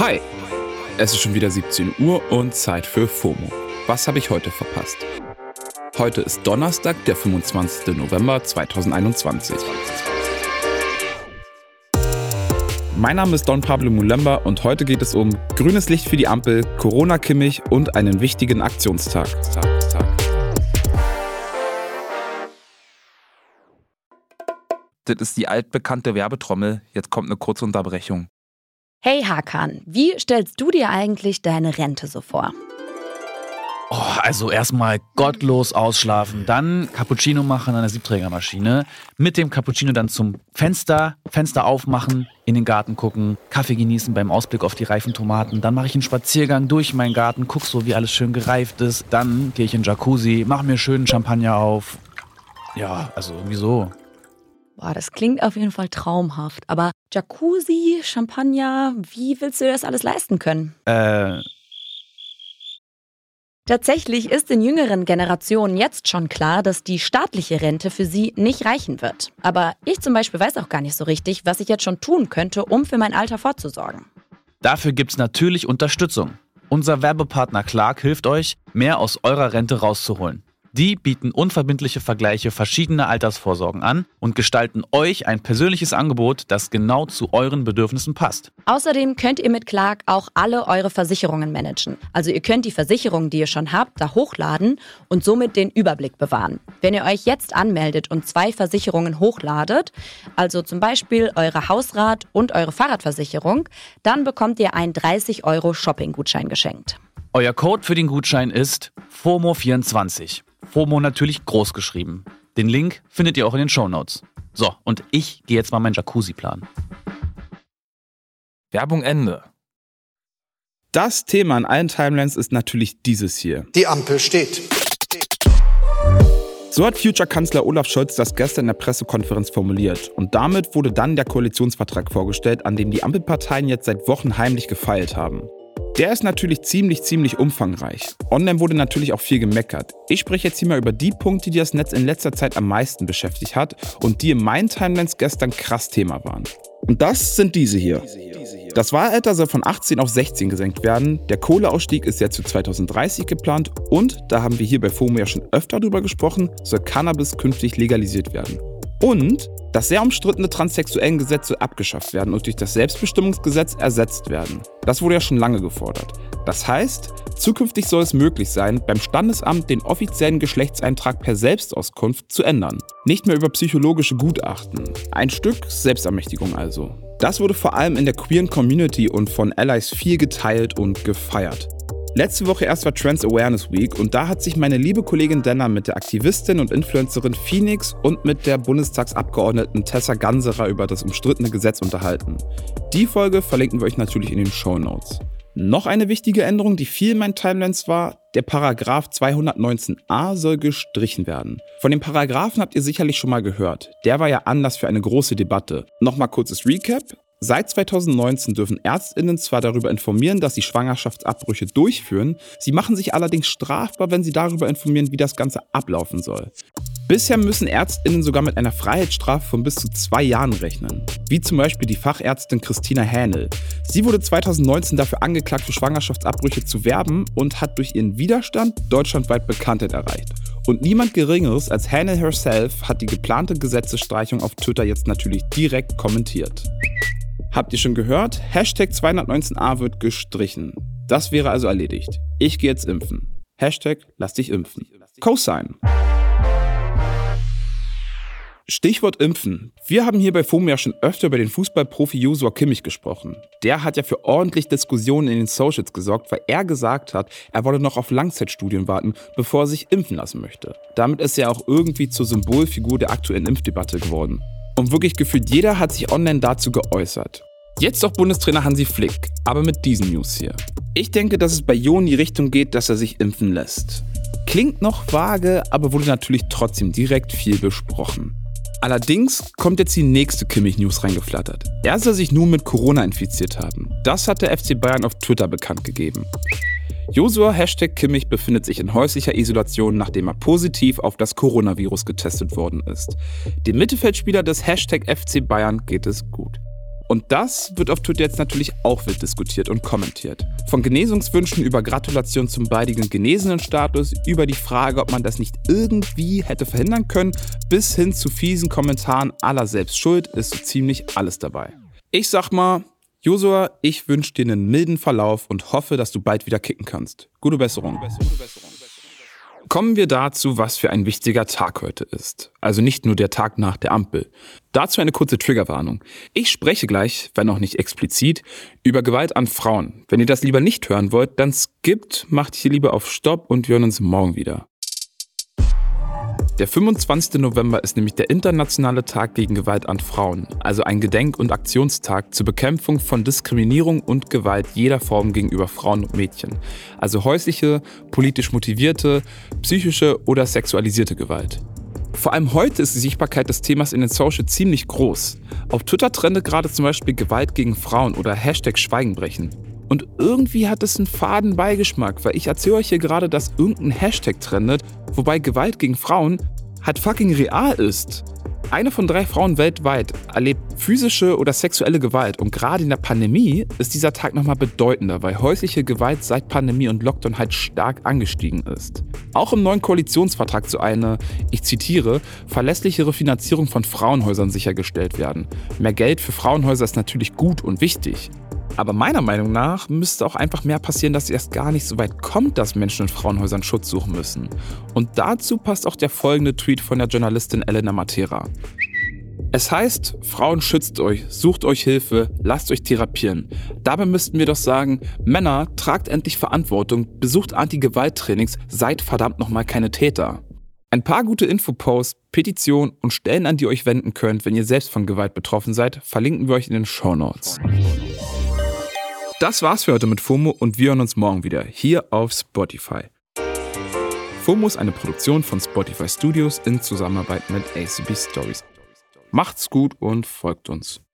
Hi, es ist schon wieder 17 Uhr und Zeit für FOMO. Was habe ich heute verpasst? Heute ist Donnerstag, der 25. November 2021. Mein Name ist Don Pablo Mulemba und heute geht es um grünes Licht für die Ampel, Corona-Kimmich und einen wichtigen Aktionstag. Das ist die altbekannte Werbetrommel. Jetzt kommt eine kurze Unterbrechung. Hey Hakan, wie stellst du dir eigentlich deine Rente so vor? Also erstmal gottlos ausschlafen, dann Cappuccino machen an der Siebträgermaschine, mit dem Cappuccino dann zum Fenster aufmachen, in den Garten gucken, Kaffee genießen beim Ausblick auf die reifen Tomaten, dann mache ich einen Spaziergang durch meinen Garten, guck so, wie alles schön gereift ist, dann gehe ich in den Jacuzzi, mache mir schönen Champagner auf. Ja, also irgendwie so. Boah, das klingt auf jeden Fall traumhaft, aber Jacuzzi, Champagner, wie willst du dir das alles leisten können? Tatsächlich ist in jüngeren Generationen jetzt schon klar, dass die staatliche Rente für sie nicht reichen wird. Aber ich zum Beispiel weiß auch gar nicht so richtig, was ich jetzt schon tun könnte, um für mein Alter vorzusorgen. Dafür gibt's natürlich Unterstützung. Unser Werbepartner Clark hilft euch, mehr aus eurer Rente rauszuholen. Die bieten unverbindliche Vergleiche verschiedener Altersvorsorgen an und gestalten euch ein persönliches Angebot, das genau zu euren Bedürfnissen passt. Außerdem könnt ihr mit Clark auch alle eure Versicherungen managen. Also ihr könnt die Versicherungen, die ihr schon habt, da hochladen und somit den Überblick bewahren. Wenn ihr euch jetzt anmeldet und 2 Versicherungen hochladet, also zum Beispiel eure Hausrat- und eure Fahrradversicherung, dann bekommt ihr einen 30 € Shopping-Gutschein geschenkt. Euer Code für den Gutschein ist FOMO24. FOMO natürlich groß geschrieben. Den Link findet ihr auch in den Shownotes. So, und ich gehe jetzt mal meinen Jacuzzi planen. Werbung Ende. Das Thema in allen Timelines ist natürlich dieses hier. Die Ampel steht. So hat Future-Kanzler Olaf Scholz das gestern in der Pressekonferenz formuliert. Und damit wurde dann der Koalitionsvertrag vorgestellt, an dem die Ampelparteien jetzt seit Wochen heimlich gefeilt haben. Der ist natürlich ziemlich umfangreich. Online wurde natürlich auch viel gemeckert. Ich spreche jetzt hier mal über die Punkte, die das Netz in letzter Zeit am meisten beschäftigt hat und die in meinen Timelines gestern krass Thema waren. Und das sind diese hier. Das Wahlalter soll von 18 auf 16 gesenkt werden, der Kohleausstieg ist jetzt für 2030 geplant und, da haben wir hier bei FOMO ja schon öfter drüber gesprochen, soll Cannabis künftig legalisiert werden. Und das sehr umstrittene Transsexuellengesetz soll abgeschafft werden und durch das Selbstbestimmungsgesetz ersetzt werden. Das wurde ja schon lange gefordert. Das heißt, zukünftig soll es möglich sein, beim Standesamt den offiziellen Geschlechtseintrag per Selbstauskunft zu ändern. Nicht mehr über psychologische Gutachten. Ein Stück Selbstermächtigung also. Das wurde vor allem in der queeren Community und von Allies viel geteilt und gefeiert. Letzte Woche erst war Trans Awareness Week und da hat sich meine liebe Kollegin Denna mit der Aktivistin und Influencerin Phoenix und mit der Bundestagsabgeordneten Tessa Ganserer über das umstrittene Gesetz unterhalten. Die Folge verlinken wir euch natürlich in den Shownotes. Noch eine wichtige Änderung, die viel in meinen Timelines war, der Paragraph 219a soll gestrichen werden. Von dem Paragraphen habt ihr sicherlich schon mal gehört. Der war ja Anlass für eine große Debatte. Nochmal kurzes Recap. Seit 2019 dürfen ÄrztInnen zwar darüber informieren, dass sie Schwangerschaftsabbrüche durchführen, sie machen sich allerdings strafbar, wenn sie darüber informieren, wie das Ganze ablaufen soll. Bisher müssen ÄrztInnen sogar mit einer Freiheitsstrafe von bis zu 2 Jahren rechnen. Wie zum Beispiel die Fachärztin Christina Hähnel. Sie wurde 2019 dafür angeklagt, für Schwangerschaftsabbrüche zu werben und hat durch ihren Widerstand deutschlandweit Bekanntheit erreicht. Und niemand Geringeres als Hähnel herself hat die geplante Gesetzesstreichung auf Twitter jetzt natürlich direkt kommentiert. Habt ihr schon gehört? Hashtag 219a wird gestrichen. Das wäre also erledigt. Ich gehe jetzt impfen. Hashtag lass dich impfen. Cosign. Stichwort Impfen. Wir haben hier bei FOMO ja schon öfter über den Fußballprofi Joshua Kimmich gesprochen. Der hat ja für ordentlich Diskussionen in den Socials gesorgt, weil er gesagt hat, er wolle noch auf Langzeitstudien warten, bevor er sich impfen lassen möchte. Damit ist er auch irgendwie zur Symbolfigur der aktuellen Impfdebatte geworden. Und wirklich gefühlt jeder hat sich online dazu geäußert. Jetzt auch Bundestrainer Hansi Flick, aber mit diesen News hier. Ich denke, dass es bei Jo in die Richtung geht, dass er sich impfen lässt. Klingt noch vage, aber wurde natürlich trotzdem direkt viel besprochen. Allerdings kommt jetzt die nächste Kimmich-News reingeflattert. Er soll sich nun mit Corona infiziert haben. Das hat der FC Bayern auf Twitter bekannt gegeben. Joshua #Kimmich befindet sich in häuslicher Isolation, nachdem er positiv auf das Coronavirus getestet worden ist. Dem Mittelfeldspieler des #FC Bayern geht es gut. Und das wird auf Twitter jetzt natürlich auch wild diskutiert und kommentiert. Von Genesungswünschen über Gratulation zum baldigen Genesenen-Status, über die Frage, ob man das nicht irgendwie hätte verhindern können, bis hin zu fiesen Kommentaren aller selbst schuld, ist so ziemlich alles dabei. Ich sag mal, Josua, ich wünsche dir einen milden Verlauf und hoffe, dass du bald wieder kicken kannst. Gute Besserung. Kommen wir dazu, was für ein wichtiger Tag heute ist. Also nicht nur der Tag nach der Ampel. Dazu eine kurze Triggerwarnung. Ich spreche gleich, wenn auch nicht explizit, über Gewalt an Frauen. Wenn ihr das lieber nicht hören wollt, dann skippt, macht hier lieber auf Stopp und wir hören uns morgen wieder. Der 25. November ist nämlich der internationale Tag gegen Gewalt an Frauen, also ein Gedenk- und Aktionstag zur Bekämpfung von Diskriminierung und Gewalt jeder Form gegenüber Frauen und Mädchen, also häusliche, politisch motivierte, psychische oder sexualisierte Gewalt. Vor allem heute ist die Sichtbarkeit des Themas in den Social ziemlich groß. Auf Twitter trendet gerade zum Beispiel Gewalt gegen Frauen oder #Schweigenbrechen. Und irgendwie hat es einen faden Beigeschmack, weil ich erzähle euch hier gerade, dass irgendein Hashtag trendet, wobei Gewalt gegen Frauen halt fucking real ist. Eine von 3 Frauen weltweit erlebt physische oder sexuelle Gewalt und gerade in der Pandemie ist dieser Tag nochmal bedeutender, weil häusliche Gewalt seit Pandemie und Lockdown halt stark angestiegen ist. Auch im neuen Koalitionsvertrag soll eine, ich zitiere, verlässlichere Finanzierung von Frauenhäusern sichergestellt werden. Mehr Geld für Frauenhäuser ist natürlich gut und wichtig. Aber meiner Meinung nach müsste auch einfach mehr passieren, dass es erst gar nicht so weit kommt, dass Menschen in Frauenhäusern Schutz suchen müssen. Und dazu passt auch der folgende Tweet von der Journalistin Elena Matera. Es heißt, Frauen schützt euch, sucht euch Hilfe, lasst euch therapieren. Dabei müssten wir doch sagen, Männer, tragt endlich Verantwortung, besucht Anti-Gewalt-Trainings, seid verdammt nochmal keine Täter. Ein paar gute Infoposts, Petitionen und Stellen, an die ihr euch wenden könnt, wenn ihr selbst von Gewalt betroffen seid, verlinken wir euch in den Shownotes. Das war's für heute mit FOMO und wir hören uns morgen wieder, hier auf Spotify. FOMO ist eine Produktion von Spotify Studios in Zusammenarbeit mit ACB Stories. Macht's gut und folgt uns.